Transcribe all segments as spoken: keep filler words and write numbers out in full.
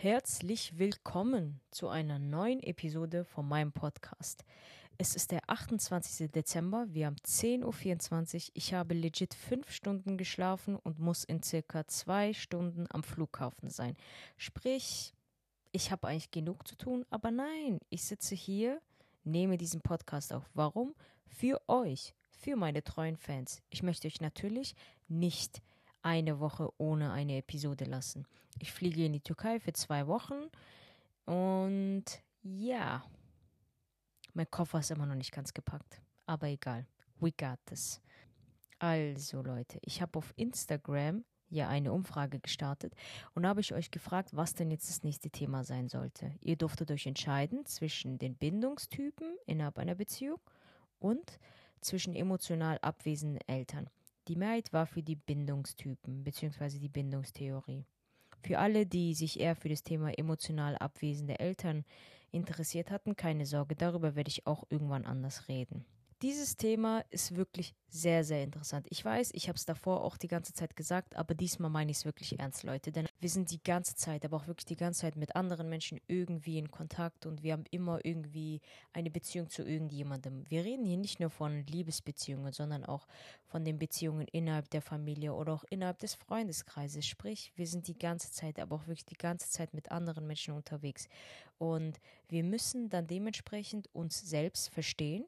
Herzlich willkommen zu einer neuen Episode von meinem Podcast. Es ist der achtundzwanzigste Dezember, wir haben zehn Uhr vierundzwanzig. Ich habe legit fünf Stunden geschlafen und muss in circa zwei Stunden am Flughafen sein. Sprich, ich habe eigentlich genug zu tun, aber nein, ich sitze hier, nehme diesen Podcast auf. Warum? Für euch, für meine treuen Fans. Ich möchte euch natürlich nicht eine Woche ohne eine Episode lassen. Ich fliege in die Türkei für zwei Wochen und ja, mein Koffer ist immer noch nicht ganz gepackt. Aber egal, we got this. Also Leute, ich habe auf Instagram ja eine Umfrage gestartet und habe ich euch gefragt, was denn jetzt das nächste Thema sein sollte. Ihr durftet euch entscheiden zwischen den Bindungstypen innerhalb einer Beziehung und zwischen emotional abwesenden Eltern. Die Mehrheit war für die Bindungstypen bzw. die Bindungstheorie. Für alle, die sich eher für das Thema emotional abwesende Eltern interessiert hatten, keine Sorge, darüber werde ich auch irgendwann anders reden. Dieses Thema ist wirklich sehr, sehr interessant. Ich weiß, ich habe es davor auch die ganze Zeit gesagt, aber diesmal meine ich es wirklich ernst, Leute. Denn wir sind die ganze Zeit, aber auch wirklich die ganze Zeit mit anderen Menschen irgendwie in Kontakt und wir haben immer irgendwie eine Beziehung zu irgendjemandem. Wir reden hier nicht nur von Liebesbeziehungen, sondern auch von den Beziehungen innerhalb der Familie oder auch innerhalb des Freundeskreises. Sprich, wir sind die ganze Zeit, aber auch wirklich die ganze Zeit mit anderen Menschen unterwegs. Und wir müssen dann dementsprechend uns selbst verstehen.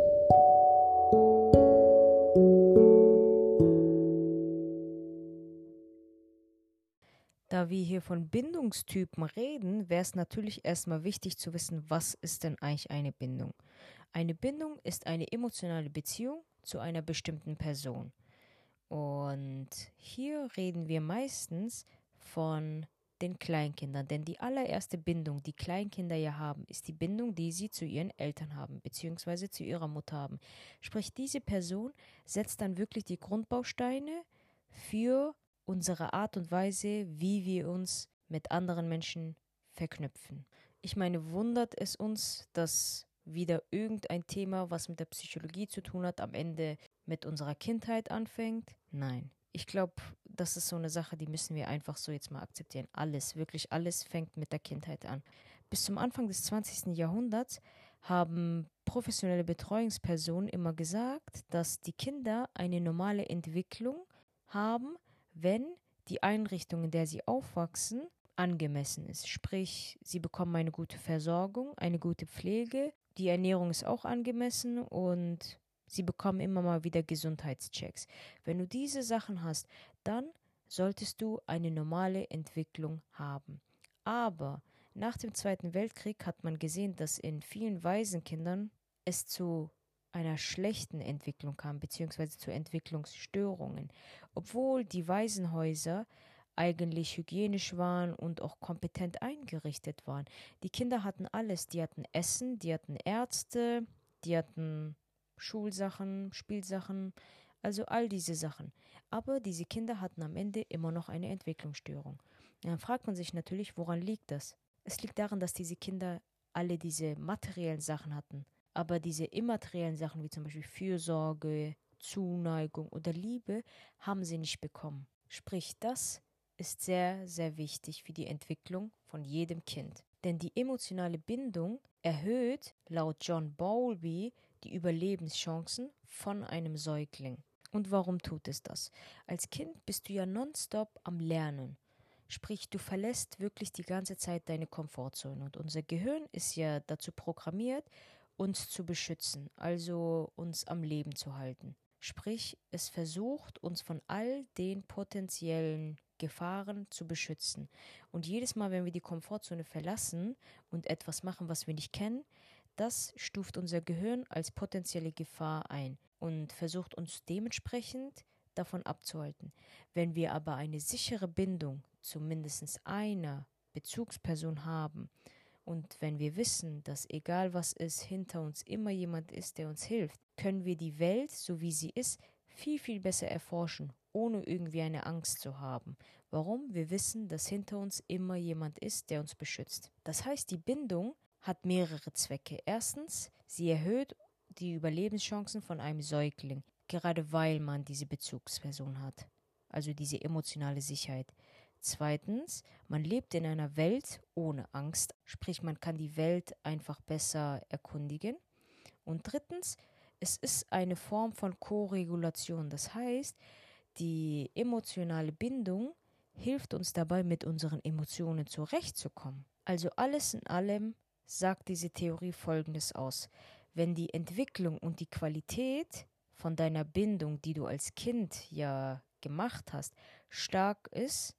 Da wir hier von Bindungstypen reden, wäre es natürlich erstmal wichtig zu wissen, was ist denn eigentlich eine Bindung? Eine Bindung ist eine emotionale Beziehung zu einer bestimmten Person. Und hier reden wir meistens von den Kleinkindern, denn die allererste Bindung, die Kleinkinder ja haben, ist die Bindung, die sie zu ihren Eltern haben, beziehungsweise zu ihrer Mutter haben. Sprich, diese Person setzt dann wirklich die Grundbausteine für unsere Art und Weise, wie wir uns mit anderen Menschen verknüpfen. Ich meine, wundert es uns, dass wieder irgendein Thema, was mit der Psychologie zu tun hat, am Ende mit unserer Kindheit anfängt? Nein. Ich glaube, das ist so eine Sache, die müssen wir einfach so jetzt mal akzeptieren. Alles, wirklich alles fängt mit der Kindheit an. Bis zum Anfang des zwanzigsten Jahrhunderts haben professionelle Betreuungspersonen immer gesagt, dass die Kinder eine normale Entwicklung haben, wenn die Einrichtung, in der sie aufwachsen, angemessen ist. Sprich, sie bekommen eine gute Versorgung, eine gute Pflege, die Ernährung ist auch angemessen und sie bekommen immer mal wieder Gesundheitschecks. Wenn du diese Sachen hast, dann solltest du eine normale Entwicklung haben. Aber nach dem Zweiten Weltkrieg hat man gesehen, dass in vielen Waisenkindern es zu einer schlechten Entwicklung kam, beziehungsweise zu Entwicklungsstörungen. Obwohl die Waisenhäuser eigentlich hygienisch waren und auch kompetent eingerichtet waren. Die Kinder hatten alles. Die hatten Essen, die hatten Ärzte, die hatten Schulsachen, Spielsachen, also all diese Sachen. Aber diese Kinder hatten am Ende immer noch eine Entwicklungsstörung. Und dann fragt man sich natürlich, woran liegt das? Es liegt daran, dass diese Kinder alle diese materiellen Sachen hatten. Aber diese immateriellen Sachen, wie zum Beispiel Fürsorge, Zuneigung oder Liebe, haben sie nicht bekommen. Sprich, das ist sehr, sehr wichtig für die Entwicklung von jedem Kind. Denn die emotionale Bindung erhöht, laut John Bowlby, die Überlebenschancen von einem Säugling. Und warum tut es das? Als Kind bist du ja nonstop am Lernen. Sprich, du verlässt wirklich die ganze Zeit deine Komfortzone. Und unser Gehirn ist ja dazu programmiert, uns zu beschützen, also uns am Leben zu halten. Sprich, es versucht, uns von all den potenziellen Gefahren zu beschützen. Und jedes Mal, wenn wir die Komfortzone verlassen und etwas machen, was wir nicht kennen, das stuft unser Gehirn als potenzielle Gefahr ein und versucht uns dementsprechend davon abzuhalten. Wenn wir aber eine sichere Bindung zu mindestens einer Bezugsperson haben und wenn wir wissen, dass egal was ist, hinter uns immer jemand ist, der uns hilft, können wir die Welt, so wie sie ist, viel, viel besser erforschen, ohne irgendwie eine Angst zu haben. Warum? Wir wissen, dass hinter uns immer jemand ist, der uns beschützt. Das heißt, die Bindung hat mehrere Zwecke. Erstens, sie erhöht die Überlebenschancen von einem Säugling, gerade weil man diese Bezugsperson hat, also diese emotionale Sicherheit. Zweitens, man lebt in einer Welt ohne Angst, sprich man kann die Welt einfach besser erkundigen. Und drittens, es ist eine Form von Koregulation. Das heißt, die emotionale Bindung hilft uns dabei, mit unseren Emotionen zurechtzukommen. Also alles in allem sagt diese Theorie Folgendes aus. Wenn die Entwicklung und die Qualität von deiner Bindung, die du als Kind ja gemacht hast, stark ist,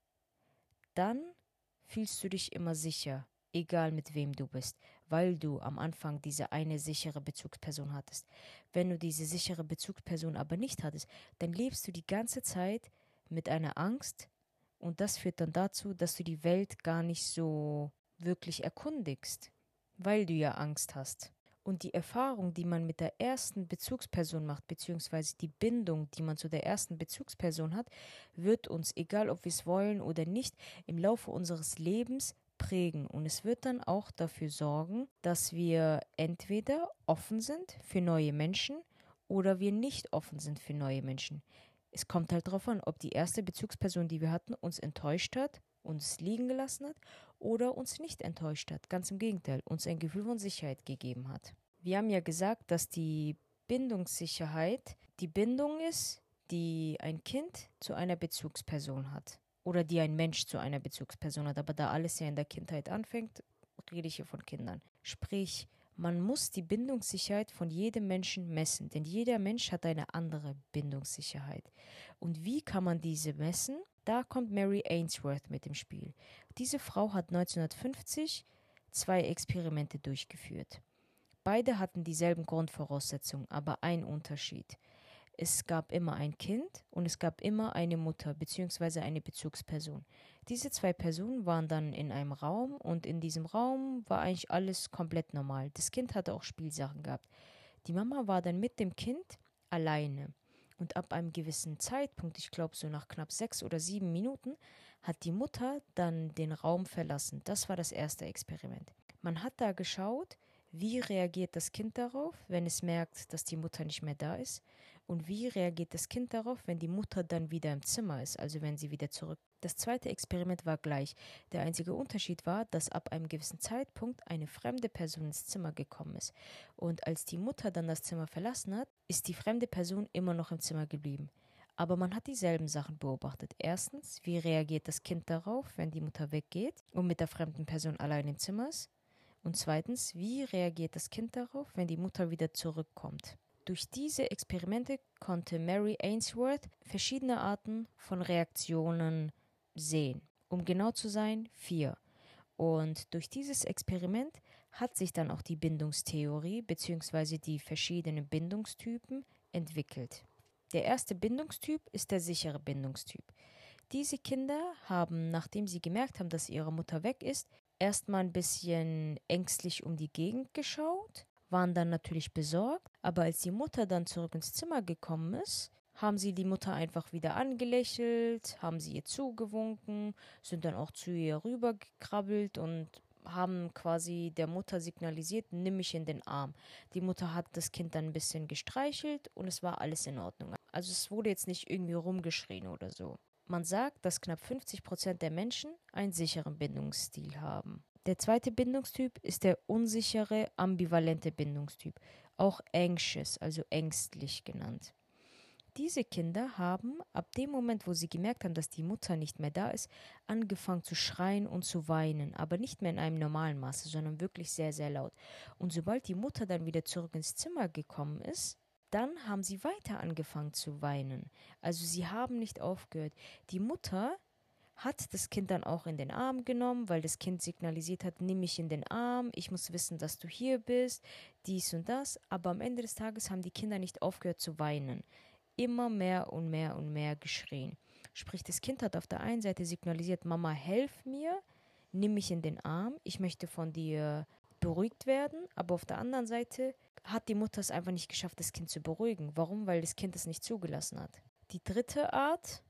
dann fühlst du dich immer sicher, egal mit wem du bist, weil du am Anfang diese eine sichere Bezugsperson hattest. Wenn du diese sichere Bezugsperson aber nicht hattest, dann lebst du die ganze Zeit mit einer Angst und das führt dann dazu, dass du die Welt gar nicht so wirklich erkundigst, weil du ja Angst hast. Und die Erfahrung, die man mit der ersten Bezugsperson macht, beziehungsweise die Bindung, die man zu der ersten Bezugsperson hat, wird uns, egal ob wir es wollen oder nicht, im Laufe unseres Lebens prägen. Und es wird dann auch dafür sorgen, dass wir entweder offen sind für neue Menschen oder wir nicht offen sind für neue Menschen. Es kommt halt darauf an, ob die erste Bezugsperson, die wir hatten, uns enttäuscht hat, uns liegen gelassen hat oder uns nicht enttäuscht hat. Ganz im Gegenteil, uns ein Gefühl von Sicherheit gegeben hat. Wir haben ja gesagt, dass die Bindungssicherheit die Bindung ist, die ein Kind zu einer Bezugsperson hat. Oder die ein Mensch zu einer Bezugsperson hat. Aber da alles ja in der Kindheit anfängt, rede ich hier von Kindern. Sprich, man muss die Bindungssicherheit von jedem Menschen messen, denn jeder Mensch hat eine andere Bindungssicherheit. Und wie kann man diese messen? Da kommt Mary Ainsworth mit im Spiel. Diese Frau hat neunzehnhundertfünfzig zwei Experimente durchgeführt. Beide hatten dieselben Grundvoraussetzungen, aber ein Unterschied. Es gab immer ein Kind und es gab immer eine Mutter bzw. eine Bezugsperson. Diese zwei Personen waren dann in einem Raum und in diesem Raum war eigentlich alles komplett normal. Das Kind hatte auch Spielsachen gehabt. Die Mama war dann mit dem Kind alleine. Und ab einem gewissen Zeitpunkt, ich glaube so nach knapp sechs oder sieben Minuten, hat die Mutter dann den Raum verlassen. Das war das erste Experiment. Man hat da geschaut, wie reagiert das Kind darauf, wenn es merkt, dass die Mutter nicht mehr da ist? Und wie reagiert das Kind darauf, wenn die Mutter dann wieder im Zimmer ist, also wenn sie wieder zurück. Das zweite Experiment war gleich. Der einzige Unterschied war, dass ab einem gewissen Zeitpunkt eine fremde Person ins Zimmer gekommen ist. Und als die Mutter dann das Zimmer verlassen hat, ist die fremde Person immer noch im Zimmer geblieben. Aber man hat dieselben Sachen beobachtet. Erstens, wie reagiert das Kind darauf, wenn die Mutter weggeht und mit der fremden Person allein im Zimmer ist? Und zweitens, wie reagiert das Kind darauf, wenn die Mutter wieder zurückkommt? Durch diese Experimente konnte Mary Ainsworth verschiedene Arten von Reaktionen sehen. Um genau zu sein, vier. Und durch dieses Experiment hat sich dann auch die Bindungstheorie bzw. die verschiedenen Bindungstypen entwickelt. Der erste Bindungstyp ist der sichere Bindungstyp. Diese Kinder haben, nachdem sie gemerkt haben, dass ihre Mutter weg ist, erstmal ein bisschen ängstlich um die Gegend geschaut, waren dann natürlich besorgt, aber als die Mutter dann zurück ins Zimmer gekommen ist, haben sie die Mutter einfach wieder angelächelt, haben sie ihr zugewunken, sind dann auch zu ihr rübergekrabbelt und haben quasi der Mutter signalisiert, nimm mich in den Arm. Die Mutter hat das Kind dann ein bisschen gestreichelt und es war alles in Ordnung. Also es wurde jetzt nicht irgendwie rumgeschrien oder so. Man sagt, dass knapp fünfzig Prozent der Menschen einen sicheren Bindungsstil haben. Der zweite Bindungstyp ist der unsichere, ambivalente Bindungstyp, auch anxious, also ängstlich genannt. Diese Kinder haben ab dem Moment, wo sie gemerkt haben, dass die Mutter nicht mehr da ist, angefangen zu schreien und zu weinen, aber nicht mehr in einem normalen Maße, sondern wirklich sehr, sehr laut. Und sobald die Mutter dann wieder zurück ins Zimmer gekommen ist, dann haben sie weiter angefangen zu weinen. Also sie haben nicht aufgehört. Die Mutter hat das Kind dann auch in den Arm genommen, weil das Kind signalisiert hat, nimm mich in den Arm, ich muss wissen, dass du hier bist, dies und das. Aber am Ende des Tages haben die Kinder nicht aufgehört zu weinen. Immer mehr und mehr und mehr geschrien. Sprich, das Kind hat auf der einen Seite signalisiert, Mama, helf mir, nimm mich in den Arm, ich möchte von dir beruhigt werden. Aber auf der anderen Seite hat die Mutter es einfach nicht geschafft, das Kind zu beruhigen. Warum? Weil das Kind es nicht zugelassen hat. Die dritte Art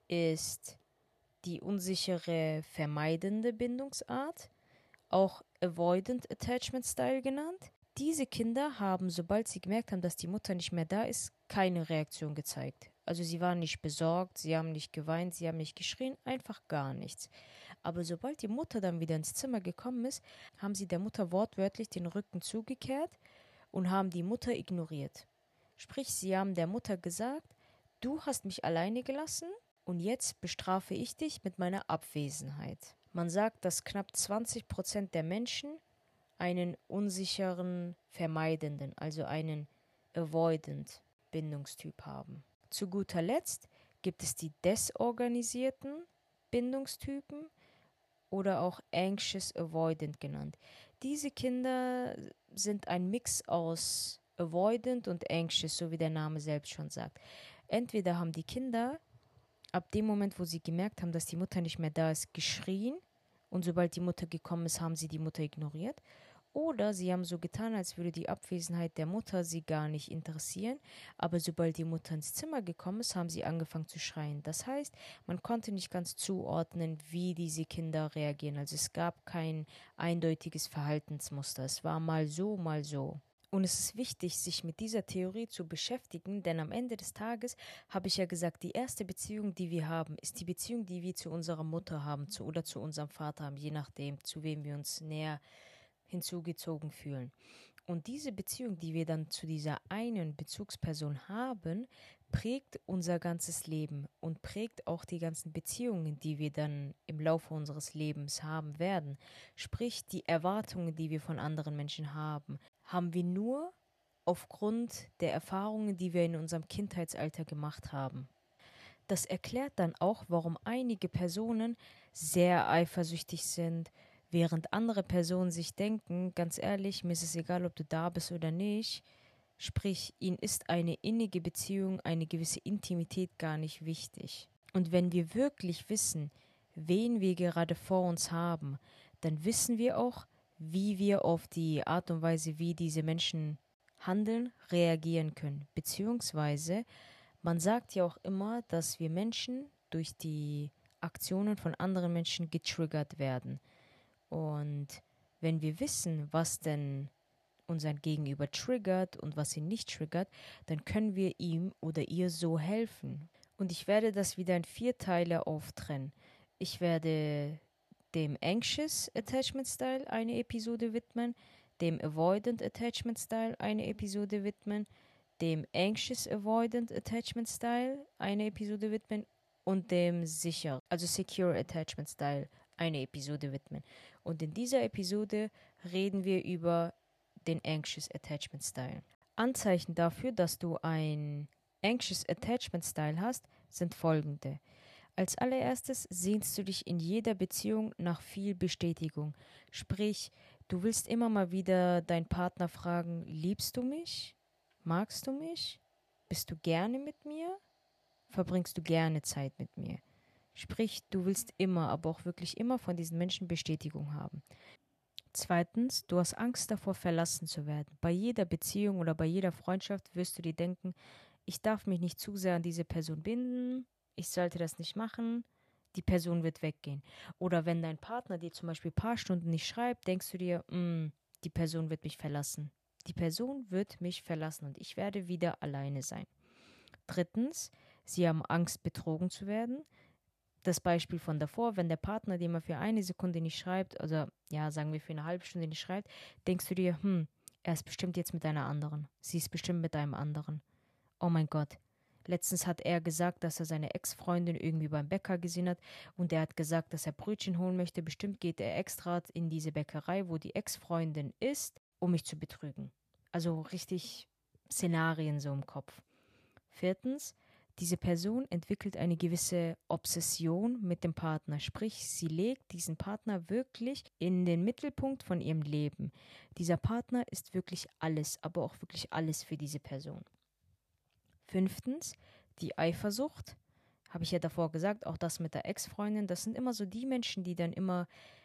ist die unsichere, vermeidende Bindungsart, auch Avoidant Attachment Style genannt. Diese Kinder haben, sobald sie gemerkt haben, dass die Mutter nicht mehr da ist, keine Reaktion gezeigt. Also sie waren nicht besorgt, sie haben nicht geweint, sie haben nicht geschrien, einfach gar nichts. Aber sobald die Mutter dann wieder ins Zimmer gekommen ist, haben sie der Mutter wortwörtlich den Rücken zugekehrt und haben die Mutter ignoriert. Sprich, sie haben der Mutter gesagt, du hast mich alleine gelassen und jetzt bestrafe ich dich mit meiner Abwesenheit. Man sagt, dass knapp zwanzig Prozent der Menschen einen unsicheren, vermeidenden, also einen avoidant Bindungstyp haben. Zu guter Letzt gibt es die desorganisierten Bindungstypen oder auch anxious avoidant genannt. Diese Kinder sind ein Mix aus avoidant und anxious, so wie der Name selbst schon sagt. Entweder haben die Kinder ab dem Moment, wo sie gemerkt haben, dass die Mutter nicht mehr da ist, geschrien und sobald die Mutter gekommen ist, haben sie die Mutter ignoriert. Oder sie haben so getan, als würde die Abwesenheit der Mutter sie gar nicht interessieren, aber sobald die Mutter ins Zimmer gekommen ist, haben sie angefangen zu schreien. Das heißt, man konnte nicht ganz zuordnen, wie diese Kinder reagieren. Also es gab kein eindeutiges Verhaltensmuster. Es war mal so, mal so. Und es ist wichtig, sich mit dieser Theorie zu beschäftigen, denn am Ende des Tages habe ich ja gesagt, die erste Beziehung, die wir haben, ist die Beziehung, die wir zu unserer Mutter haben zu, oder zu unserem Vater haben, je nachdem, zu wem wir uns näher hinzugezogen fühlen. Und diese Beziehung, die wir dann zu dieser einen Bezugsperson haben, prägt unser ganzes Leben und prägt auch die ganzen Beziehungen, die wir dann im Laufe unseres Lebens haben werden. Sprich, die Erwartungen, die wir von anderen Menschen haben, haben wir nur aufgrund der Erfahrungen, die wir in unserem Kindheitsalter gemacht haben. Das erklärt dann auch, warum einige Personen sehr eifersüchtig sind, während andere Personen sich denken, ganz ehrlich, mir ist es egal, ob du da bist oder nicht. Sprich, ihnen ist eine innige Beziehung, eine gewisse Intimität gar nicht wichtig. Und wenn wir wirklich wissen, wen wir gerade vor uns haben, dann wissen wir auch, wie wir auf die Art und Weise, wie diese Menschen handeln, reagieren können. Beziehungsweise, man sagt ja auch immer, dass wir Menschen durch die Aktionen von anderen Menschen getriggert werden. Und wenn wir wissen, was denn unseren Gegenüber triggert und was ihn nicht triggert, dann können wir ihm oder ihr so helfen. Und ich werde das wieder in vier Teile auftrennen. Ich werde dem Anxious Attachment Style eine Episode widmen, dem Avoidant Attachment Style eine Episode widmen, dem Anxious Avoidant Attachment Style eine Episode widmen und dem sicher, also Secure Attachment Style eine Episode widmen. Und in dieser Episode reden wir über den Anxious Attachment Style. Anzeichen dafür, dass du ein Anxious Attachment Style hast, sind folgende. Als allererstes sehnst du dich in jeder Beziehung nach viel Bestätigung. Sprich, du willst immer mal wieder deinen Partner fragen, liebst du mich? Magst du mich? Bist du gerne mit mir? Verbringst du gerne Zeit mit mir? Sprich, du willst immer, aber auch wirklich immer von diesen Menschen Bestätigung haben. Zweitens, du hast Angst davor, verlassen zu werden. Bei jeder Beziehung oder bei jeder Freundschaft wirst du dir denken, ich darf mich nicht zu sehr an diese Person binden, ich sollte das nicht machen, die Person wird weggehen. Oder wenn dein Partner dir zum Beispiel ein paar Stunden nicht schreibt, denkst du dir, die Person wird mich verlassen. Die Person wird mich verlassen und ich werde wieder alleine sein. Drittens, sie haben Angst, betrogen zu werden. Das Beispiel von davor, wenn der Partner dir mal für eine Sekunde nicht schreibt, oder ja, sagen wir für eine halbe Stunde nicht schreibt, denkst du dir, hm, er ist bestimmt jetzt mit einer anderen. Sie ist bestimmt mit einem anderen. Oh mein Gott. Letztens hat er gesagt, dass er seine Ex-Freundin irgendwie beim Bäcker gesehen hat und er hat gesagt, dass er Brötchen holen möchte. Bestimmt geht er extra in diese Bäckerei, wo die Ex-Freundin ist, um mich zu betrügen. Also richtig Szenarien so im Kopf. Viertens, diese Person entwickelt eine gewisse Obsession mit dem Partner, sprich, sie legt diesen Partner wirklich in den Mittelpunkt von ihrem Leben. Dieser Partner ist wirklich alles, aber auch wirklich alles für diese Person. Fünftens, die Eifersucht, habe ich ja davor gesagt, auch das mit der Ex-Freundin, das sind immer so die Menschen, die dann immer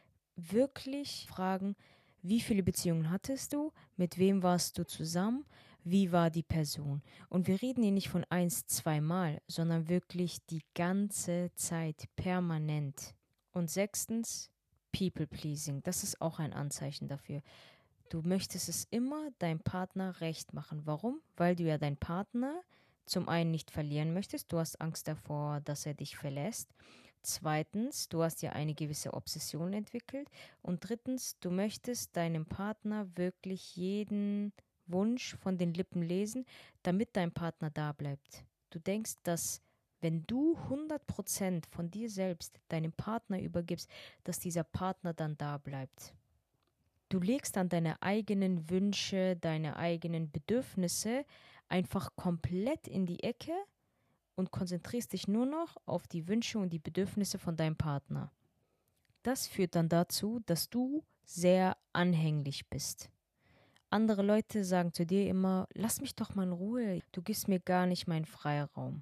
wirklich fragen, wie viele Beziehungen hattest du, mit wem warst du zusammen, wie war die Person? Und wir reden hier nicht von eins, zweimal, sondern wirklich die ganze Zeit, permanent. Und sechstens, People-Pleasing. Das ist auch ein Anzeichen dafür. Du möchtest es immer deinem Partner recht machen. Warum? Weil du ja deinen Partner zum einen nicht verlieren möchtest, du hast Angst davor, dass er dich verlässt. Zweitens, du hast ja eine gewisse Obsession entwickelt. Und drittens, du möchtest deinem Partner wirklich jeden Wunsch von den Lippen lesen, damit dein Partner da bleibt. Du denkst, dass wenn du hundert Prozent von dir selbst deinem Partner übergibst, dass dieser Partner dann da bleibt. Du legst dann deine eigenen Wünsche, deine eigenen Bedürfnisse einfach komplett in die Ecke und konzentrierst dich nur noch auf die Wünsche und die Bedürfnisse von deinem Partner. Das führt dann dazu, dass du sehr anhänglich bist. Andere Leute sagen zu dir immer, lass mich doch mal in Ruhe, du gibst mir gar nicht meinen Freiraum.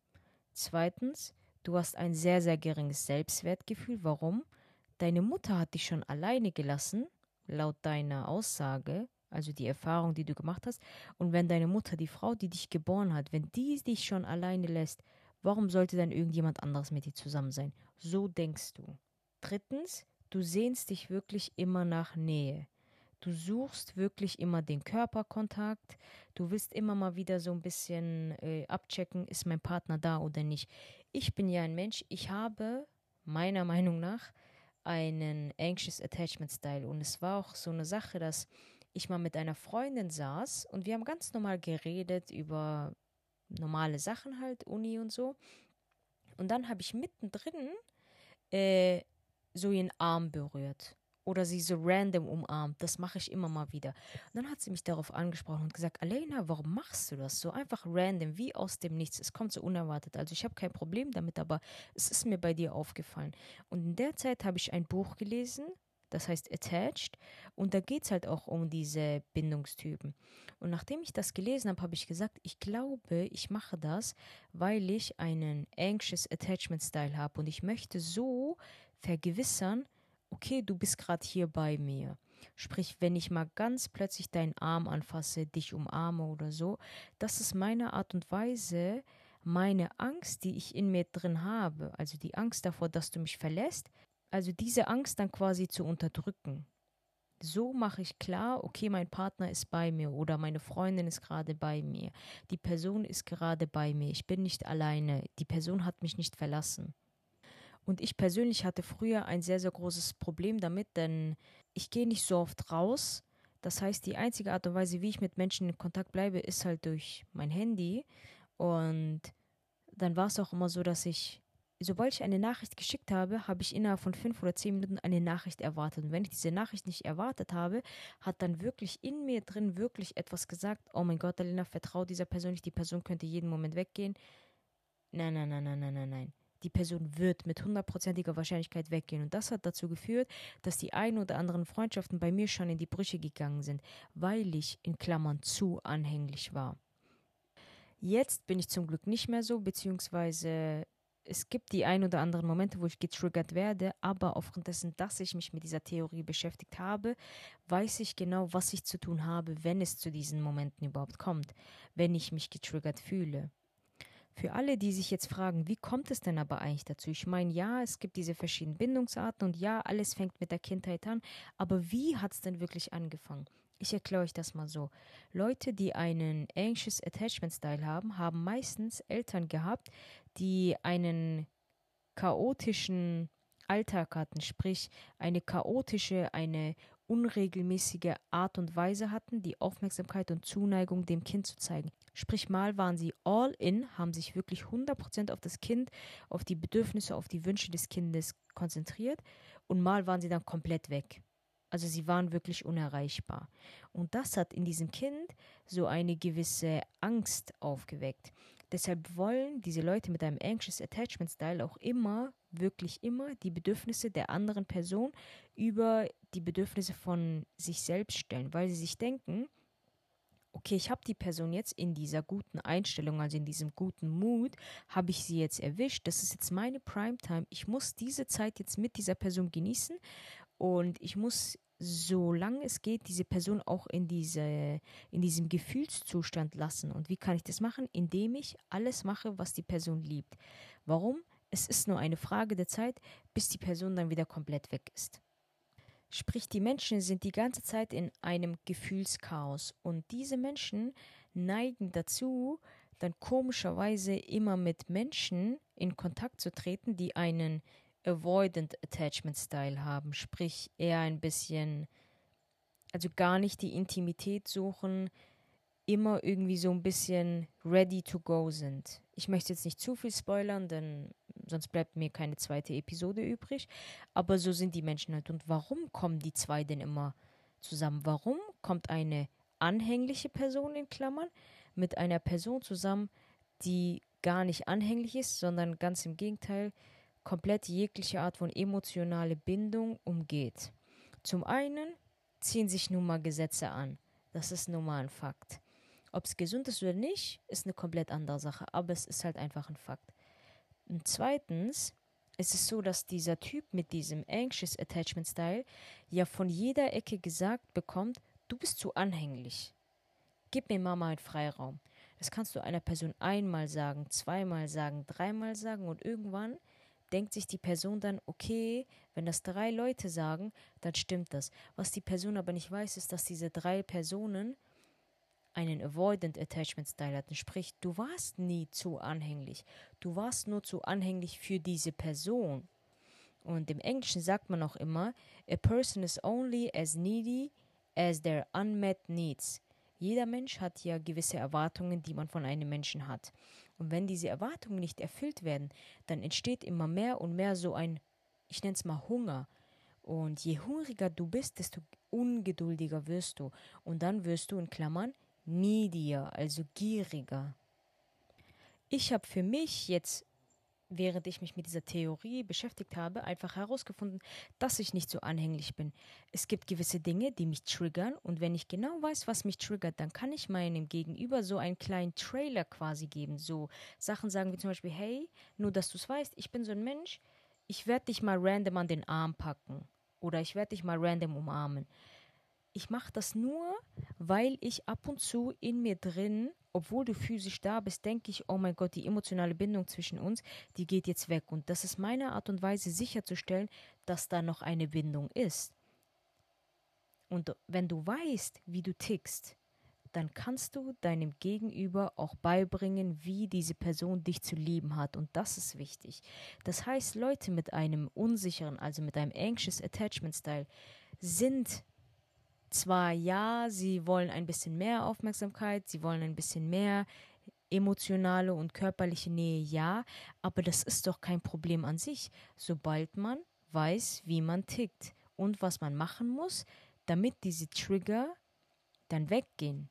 Zweitens, du hast ein sehr, sehr geringes Selbstwertgefühl. Warum? Deine Mutter hat dich schon alleine gelassen, laut deiner Aussage, also die Erfahrung, die du gemacht hast. Und wenn deine Mutter, die Frau, die dich geboren hat, wenn die dich schon alleine lässt, warum sollte dann irgendjemand anderes mit dir zusammen sein? So denkst du. Drittens, du sehnst dich wirklich immer nach Nähe. Du suchst wirklich immer den Körperkontakt. Du willst immer mal wieder so ein bisschen äh, abchecken, ist mein Partner da oder nicht. Ich bin ja ein Mensch, ich habe meiner Meinung nach einen Anxious Attachment Style. Und es war auch so eine Sache, dass ich mal mit einer Freundin saß und wir haben ganz normal geredet über normale Sachen halt, Uni und so. Und dann habe ich mittendrin äh, so ihren Arm berührt oder sie so random umarmt. Das mache ich immer mal wieder. Und dann hat sie mich darauf angesprochen und gesagt, Alena, warum machst du das so einfach random, wie aus dem Nichts? Es kommt so unerwartet. Also ich habe kein Problem damit, aber es ist mir bei dir aufgefallen. Und in der Zeit habe ich ein Buch gelesen, das heißt Attached. Und da geht es halt auch um diese Bindungstypen. Und nachdem ich das gelesen habe, habe ich gesagt, ich glaube, ich mache das, weil ich einen Anxious Attachment Style habe. Und ich möchte so vergewissern, okay, du bist gerade hier bei mir. Sprich, wenn ich mal ganz plötzlich deinen Arm anfasse, dich umarme oder so, das ist meine Art und Weise, meine Angst, die ich in mir drin habe, also die Angst davor, dass du mich verlässt, also diese Angst dann quasi zu unterdrücken. So mache ich klar, okay, mein Partner ist bei mir oder meine Freundin ist gerade bei mir. Die Person ist gerade bei mir. Ich bin nicht alleine. Die Person hat mich nicht verlassen. Und ich persönlich hatte früher ein sehr, sehr großes Problem damit, denn ich gehe nicht so oft raus. Das heißt, die einzige Art und Weise, wie ich mit Menschen in Kontakt bleibe, ist halt durch mein Handy. Und dann war es auch immer so, dass ich, sobald ich eine Nachricht geschickt habe, habe ich innerhalb von fünf oder zehn Minuten eine Nachricht erwartet. Und wenn ich diese Nachricht nicht erwartet habe, hat dann wirklich in mir drin wirklich etwas gesagt, oh mein Gott, Alina, vertrau dieser Person nicht, die Person könnte jeden Moment weggehen. Nein, nein, nein, nein, nein, nein, nein. Die Person wird mit hundertprozentiger Wahrscheinlichkeit weggehen. Und das hat dazu geführt, dass die ein oder anderen Freundschaften bei mir schon in die Brüche gegangen sind, weil ich in Klammern zu anhänglich war. Jetzt bin ich zum Glück nicht mehr so, beziehungsweise es gibt die ein oder anderen Momente, wo ich getriggert werde, aber aufgrund dessen, dass ich mich mit dieser Theorie beschäftigt habe, weiß ich genau, was ich zu tun habe, wenn es zu diesen Momenten überhaupt kommt, wenn ich mich getriggert fühle. Für alle, die sich jetzt fragen, wie kommt es denn aber eigentlich dazu? Ich meine, ja, es gibt diese verschiedenen Bindungsarten und ja, alles fängt mit der Kindheit an, aber wie hat es denn wirklich angefangen? Ich erkläre euch das mal so. Leute, die einen Anxious Attachment Style haben, haben meistens Eltern gehabt, die einen chaotischen Alltag hatten, sprich eine chaotische, eine unregelmäßige Art und Weise hatten, die Aufmerksamkeit und Zuneigung dem Kind zu zeigen. Sprich, mal waren sie all in, haben sich wirklich hundert Prozent auf das Kind, auf die Bedürfnisse, auf die Wünsche des Kindes konzentriert und mal waren sie dann komplett weg. Also sie waren wirklich unerreichbar. Und das hat in diesem Kind so eine gewisse Angst aufgeweckt. Deshalb wollen diese Leute mit einem Anxious Attachment Style auch immer, wirklich immer die Bedürfnisse der anderen Person über die Bedürfnisse von sich selbst stellen, weil sie sich denken, okay, ich habe die Person jetzt in dieser guten Einstellung, also in diesem guten Mood, habe ich sie jetzt erwischt. Das ist jetzt meine Primetime. Ich muss diese Zeit jetzt mit dieser Person genießen und ich muss, solange es geht, diese Person auch in, diese, in diesem Gefühlszustand lassen. Und wie kann ich das machen? Indem ich alles mache, was die Person liebt. Warum? Es ist nur eine Frage der Zeit, bis die Person dann wieder komplett weg ist. Sprich, die Menschen sind die ganze Zeit in einem Gefühlschaos und diese Menschen neigen dazu, dann komischerweise immer mit Menschen in Kontakt zu treten, die einen Avoidant Attachment Style haben, sprich eher ein bisschen, also gar nicht die Intimität suchen, immer irgendwie so ein bisschen ready to go sind. Ich möchte jetzt nicht zu viel spoilern, denn sonst bleibt mir keine zweite Episode übrig. Aber so sind die Menschen halt. Und warum kommen die zwei denn immer zusammen? Warum kommt eine anhängliche Person in Klammern mit einer Person zusammen, die gar nicht anhänglich ist, sondern ganz im Gegenteil komplett jegliche Art von emotionale Bindung umgeht? Zum einen ziehen sich nun mal Gesetze an. Das ist nun mal ein Fakt. Ob es gesund ist oder nicht, ist eine komplett andere Sache, aber es ist halt einfach ein Fakt. Und zweitens ist es so, dass dieser Typ mit diesem Anxious Attachment Style ja von jeder Ecke gesagt bekommt, du bist zu anhänglich. Gib mir Mama einen Freiraum. Das kannst du einer Person einmal sagen, zweimal sagen, dreimal sagen und irgendwann denkt sich die Person dann, okay, wenn das drei Leute sagen, dann stimmt das. Was die Person aber nicht weiß, ist, dass diese drei Personen einen Avoidant Attachment Style hatten. Sprich, du warst nie zu anhänglich. Du warst nur zu anhänglich für diese Person. Und im Englischen sagt man auch immer, a person is only as needy as their unmet needs. Jeder Mensch hat ja gewisse Erwartungen, die man von einem Menschen hat. Und wenn diese Erwartungen nicht erfüllt werden, dann entsteht immer mehr und mehr so ein, ich nenne es mal Hunger. Und je hungriger du bist, desto ungeduldiger wirst du. Und dann wirst du in Klammern needier, also gieriger. Ich habe für mich jetzt, während ich mich mit dieser Theorie beschäftigt habe, einfach herausgefunden, dass ich nicht so anhänglich bin. Es gibt gewisse Dinge, die mich triggern und wenn ich genau weiß, was mich triggert, dann kann ich meinem Gegenüber so einen kleinen Trailer quasi geben. So Sachen sagen wie zum Beispiel, hey, nur dass du es weißt, ich bin so ein Mensch, ich werde dich mal random an den Arm packen oder ich werde dich mal random umarmen. Ich mache das nur, weil ich ab und zu in mir drin, obwohl du physisch da bist, denke ich, oh mein Gott, die emotionale Bindung zwischen uns, die geht jetzt weg. Und das ist meine Art und Weise sicherzustellen, dass da noch eine Bindung ist. Und wenn du weißt, wie du tickst, dann kannst du deinem Gegenüber auch beibringen, wie diese Person dich zu lieben hat. Und das ist wichtig. Das heißt, Leute mit einem unsicheren, also mit einem anxious Attachment Style, sind zwar, ja, sie wollen ein bisschen mehr Aufmerksamkeit, sie wollen ein bisschen mehr emotionale und körperliche Nähe, ja, aber das ist doch kein Problem an sich, sobald man weiß, wie man tickt und was man machen muss, damit diese Trigger dann weggehen.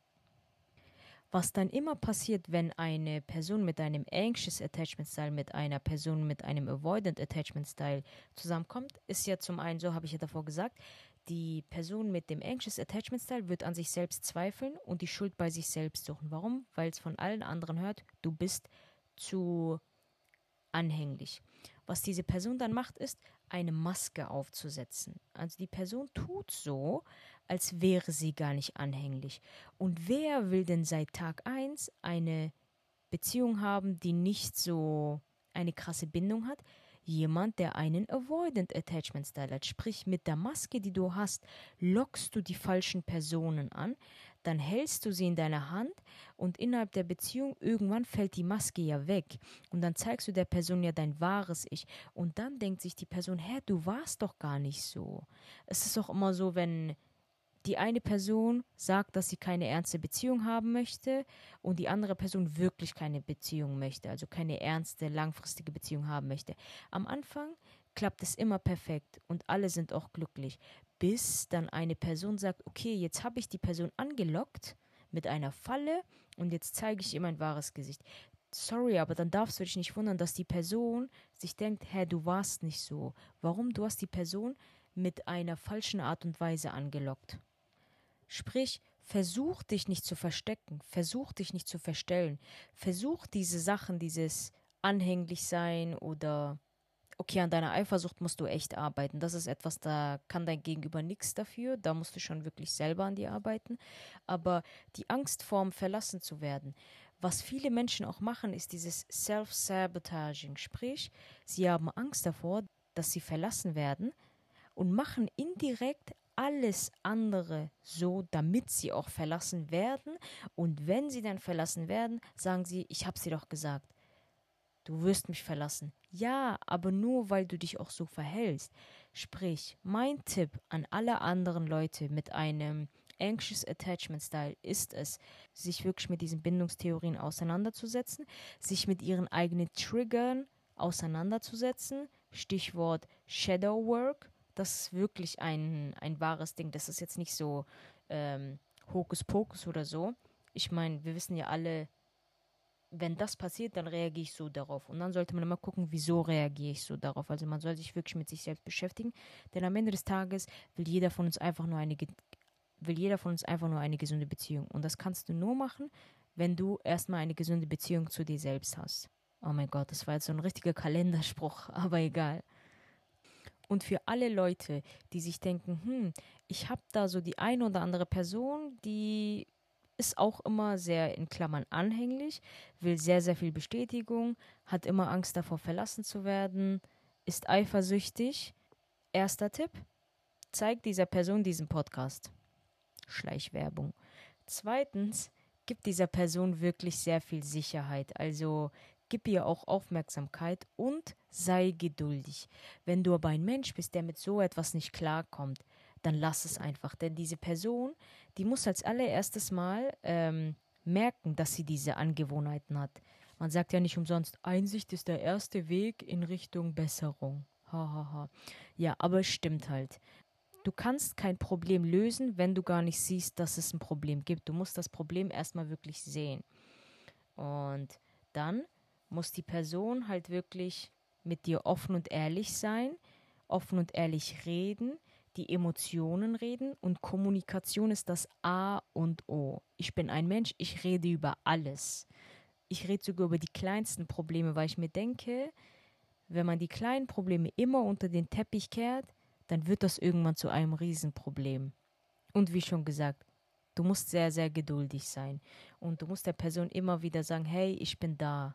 Was dann immer passiert, wenn eine Person mit einem Anxious Attachment Style mit einer Person mit einem Avoidant Attachment Style zusammenkommt, ist ja zum einen, so habe ich ja davor gesagt, die Person mit dem Anxious Attachment Style wird an sich selbst zweifeln und die Schuld bei sich selbst suchen. Warum? Weil es von allen anderen hört, du bist zu anhänglich. Was diese Person dann macht, ist, eine Maske aufzusetzen. Also die Person tut so, als wäre sie gar nicht anhänglich. Und wer will denn seit Tag eins eine Beziehung haben, die nicht so eine krasse Bindung hat? Jemand, der einen Avoidant Attachment Style hat. Sprich, mit der Maske, die du hast, lockst du die falschen Personen an, dann hältst du sie in deiner Hand und innerhalb der Beziehung irgendwann fällt die Maske ja weg. Und dann zeigst du der Person ja dein wahres Ich. Und dann denkt sich die Person, hä, du warst doch gar nicht so. Es ist auch immer so, wenn die eine Person sagt, dass sie keine ernste Beziehung haben möchte und die andere Person wirklich keine Beziehung möchte, also keine ernste, langfristige Beziehung haben möchte. Am Anfang klappt es immer perfekt und alle sind auch glücklich, bis dann eine Person sagt, okay, jetzt habe ich die Person angelockt mit einer Falle und jetzt zeige ich ihr mein wahres Gesicht. Sorry, aber dann darfst du dich nicht wundern, dass die Person sich denkt, hä, du warst nicht so. Warum? Du hast die Person mit einer falschen Art und Weise angelockt. Sprich, versuch dich nicht zu verstecken, versuch dich nicht zu verstellen, versuch diese Sachen, dieses anhänglich sein oder okay, an deiner Eifersucht musst du echt arbeiten. Das ist etwas, da kann dein Gegenüber nichts dafür, da musst du schon wirklich selber an dir arbeiten. Aber die Angst vorm Verlassen zu werden, was viele Menschen auch machen, ist dieses Self-Sabotaging, sprich, sie haben Angst davor, dass sie verlassen werden und machen indirekt alles andere so, damit sie auch verlassen werden. Und wenn sie dann verlassen werden, sagen sie, ich habe sie doch gesagt, du wirst mich verlassen. Ja, aber nur, weil du dich auch so verhältst. Sprich, mein Tipp an alle anderen Leute mit einem Anxious Attachment Style ist es, sich wirklich mit diesen Bindungstheorien auseinanderzusetzen, sich mit ihren eigenen Triggern auseinanderzusetzen. Stichwort Shadow Work. Das ist wirklich ein, ein wahres Ding. Das ist jetzt nicht so ähm, Hokuspokus oder so. Ich meine, wir wissen ja alle, wenn das passiert, dann reagiere ich so darauf. Und dann sollte man immer gucken, wieso reagiere ich so darauf. Also man soll sich wirklich mit sich selbst beschäftigen. Denn am Ende des Tages will jeder von uns einfach nur eine, will jeder von uns einfach nur eine gesunde Beziehung. Und das kannst du nur machen, wenn du erstmal eine gesunde Beziehung zu dir selbst hast. Oh mein Gott, das war jetzt so ein richtiger Kalenderspruch, aber egal. Und für alle Leute, die sich denken, hm, ich habe da so die eine oder andere Person, die ist auch immer sehr in Klammern anhänglich, will sehr, sehr viel Bestätigung, hat immer Angst davor, verlassen zu werden, ist eifersüchtig. Erster Tipp, zeig dieser Person diesen Podcast. Schleichwerbung. Zweitens, gib dieser Person wirklich sehr viel Sicherheit. Also gib ihr auch Aufmerksamkeit und sei geduldig. Wenn du aber ein Mensch bist, der mit so etwas nicht klarkommt, dann lass es einfach. Denn diese Person, die muss als allererstes Mal ähm, merken, dass sie diese Angewohnheiten hat. Man sagt ja nicht umsonst, Einsicht ist der erste Weg in Richtung Besserung. Hahaha. Ha, ha. Ja, aber es stimmt halt. Du kannst kein Problem lösen, wenn du gar nicht siehst, dass es ein Problem gibt. Du musst das Problem erstmal wirklich sehen. Und dann muss die Person halt wirklich mit dir offen und ehrlich sein, offen und ehrlich reden, die Emotionen reden und Kommunikation ist das A und O. Ich bin ein Mensch, ich rede über alles. Ich rede sogar über die kleinsten Probleme, weil ich mir denke, wenn man die kleinen Probleme immer unter den Teppich kehrt, dann wird das irgendwann zu einem Riesenproblem. Und wie schon gesagt, du musst sehr, sehr geduldig sein. Und du musst der Person immer wieder sagen, hey, ich bin da.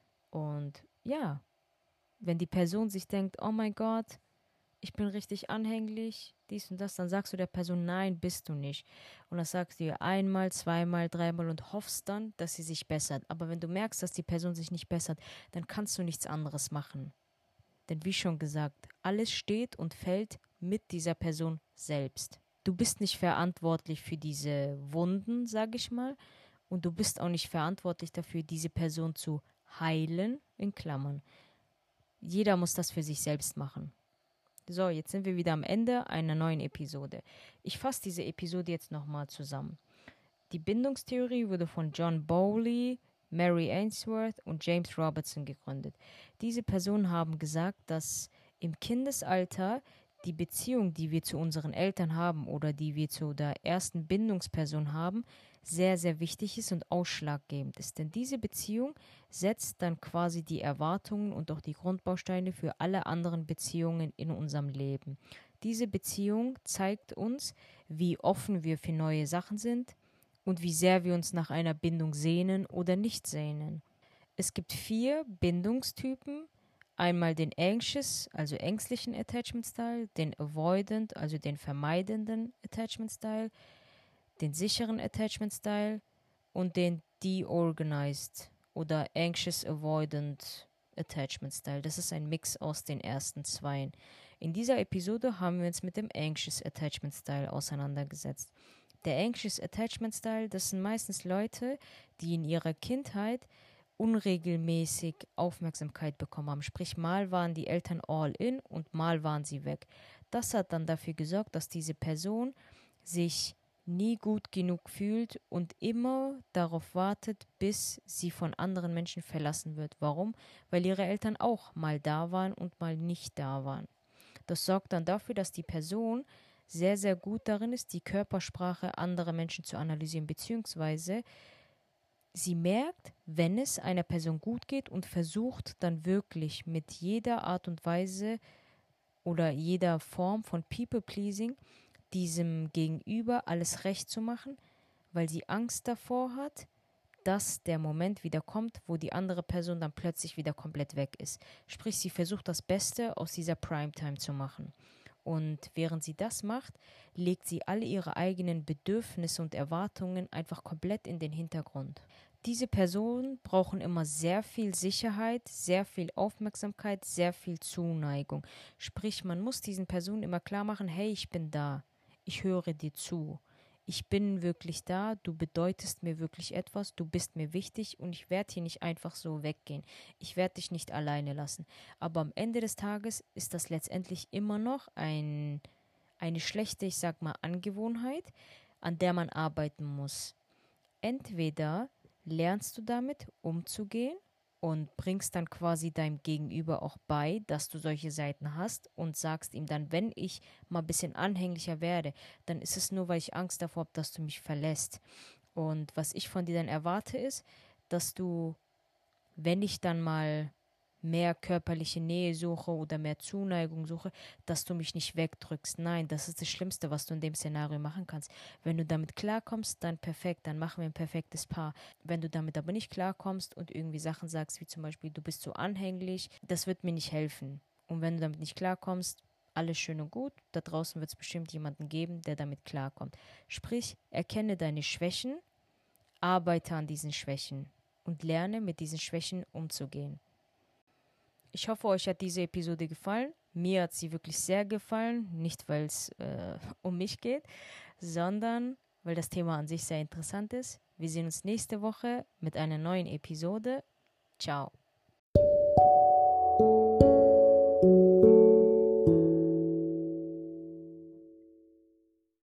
Und ja, wenn die Person sich denkt, oh mein Gott, ich bin richtig anhänglich, dies und das, dann sagst du der Person, nein, bist du nicht. Und das sagst du ihr einmal, zweimal, dreimal und hoffst dann, dass sie sich bessert. Aber wenn du merkst, dass die Person sich nicht bessert, dann kannst du nichts anderes machen. Denn wie schon gesagt, alles steht und fällt mit dieser Person selbst. Du bist nicht verantwortlich für diese Wunden, sage ich mal, und du bist auch nicht verantwortlich dafür, diese Person zu heilen, in Klammern. Jeder muss das für sich selbst machen. So, jetzt sind wir wieder am Ende einer neuen Episode. Ich fasse diese Episode jetzt nochmal zusammen. Die Bindungstheorie wurde von John Bowley, Mary Ainsworth und James Robertson gegründet. Diese Personen haben gesagt, dass im Kindesalter die Beziehung, die wir zu unseren Eltern haben oder die wir zu der ersten Bindungsperson haben, sehr, sehr wichtig ist und ausschlaggebend ist. Denn diese Beziehung setzt dann quasi die Erwartungen und auch die Grundbausteine für alle anderen Beziehungen in unserem Leben. Diese Beziehung zeigt uns, wie offen wir für neue Sachen sind und wie sehr wir uns nach einer Bindung sehnen oder nicht sehnen. Es gibt vier Bindungstypen. Einmal den Anxious, also ängstlichen Attachment Style, den Avoidant, also den vermeidenden Attachment Style, den sicheren Attachment Style und den Deorganized oder Anxious Avoidant Attachment Style. Das ist ein Mix aus den ersten zweien. In dieser Episode haben wir uns mit dem Anxious Attachment Style auseinandergesetzt. Der Anxious Attachment Style, das sind meistens Leute, die in ihrer Kindheit unregelmäßig Aufmerksamkeit bekommen haben. Sprich, mal waren die Eltern all in und mal waren sie weg. Das hat dann dafür gesorgt, dass diese Person sich nie gut genug fühlt und immer darauf wartet, bis sie von anderen Menschen verlassen wird. Warum? Weil ihre Eltern auch mal da waren und mal nicht da waren. Das sorgt dann dafür, dass die Person sehr, sehr gut darin ist, die Körpersprache anderer Menschen zu analysieren, beziehungsweise sie merkt, wenn es einer Person gut geht und versucht dann wirklich mit jeder Art und Weise oder jeder Form von People-Pleasing diesem Gegenüber alles recht zu machen, weil sie Angst davor hat, dass der Moment wieder kommt, wo die andere Person dann plötzlich wieder komplett weg ist. Sprich, sie versucht das Beste aus dieser Primetime zu machen. Und während sie das macht, legt sie alle ihre eigenen Bedürfnisse und Erwartungen einfach komplett in den Hintergrund. Diese Personen brauchen immer sehr viel Sicherheit, sehr viel Aufmerksamkeit, sehr viel Zuneigung. Sprich, man muss diesen Personen immer klar machen, hey, ich bin da, ich höre dir zu, ich bin wirklich da, du bedeutest mir wirklich etwas, du bist mir wichtig und ich werde hier nicht einfach so weggehen. Ich werde dich nicht alleine lassen. Aber am Ende des Tages ist das letztendlich immer noch ein, eine schlechte, ich sag mal, Angewohnheit, an der man arbeiten muss. Entweder lernst du damit umzugehen und bringst dann quasi deinem Gegenüber auch bei, dass du solche Seiten hast und sagst ihm dann, wenn ich mal ein bisschen anhänglicher werde, dann ist es nur, weil ich Angst davor habe, dass du mich verlässt. Und was ich von dir dann erwarte, ist, dass du, wenn ich dann mal mehr körperliche Nähe suche oder mehr Zuneigung suche, dass du mich nicht wegdrückst. Nein, das ist das Schlimmste, was du in dem Szenario machen kannst. Wenn du damit klarkommst, dann perfekt, dann machen wir ein perfektes Paar. Wenn du damit aber nicht klarkommst und irgendwie Sachen sagst, wie zum Beispiel, du bist so anhänglich, das wird mir nicht helfen. Und wenn du damit nicht klarkommst, alles schön und gut, da draußen wird es bestimmt jemanden geben, der damit klarkommt. Sprich, erkenne deine Schwächen, arbeite an diesen Schwächen und lerne mit diesen Schwächen umzugehen. Ich hoffe, euch hat diese Episode gefallen. Mir hat sie wirklich sehr gefallen. Nicht, weil es äh, um mich geht, sondern weil das Thema an sich sehr interessant ist. Wir sehen uns nächste Woche mit einer neuen Episode. Ciao.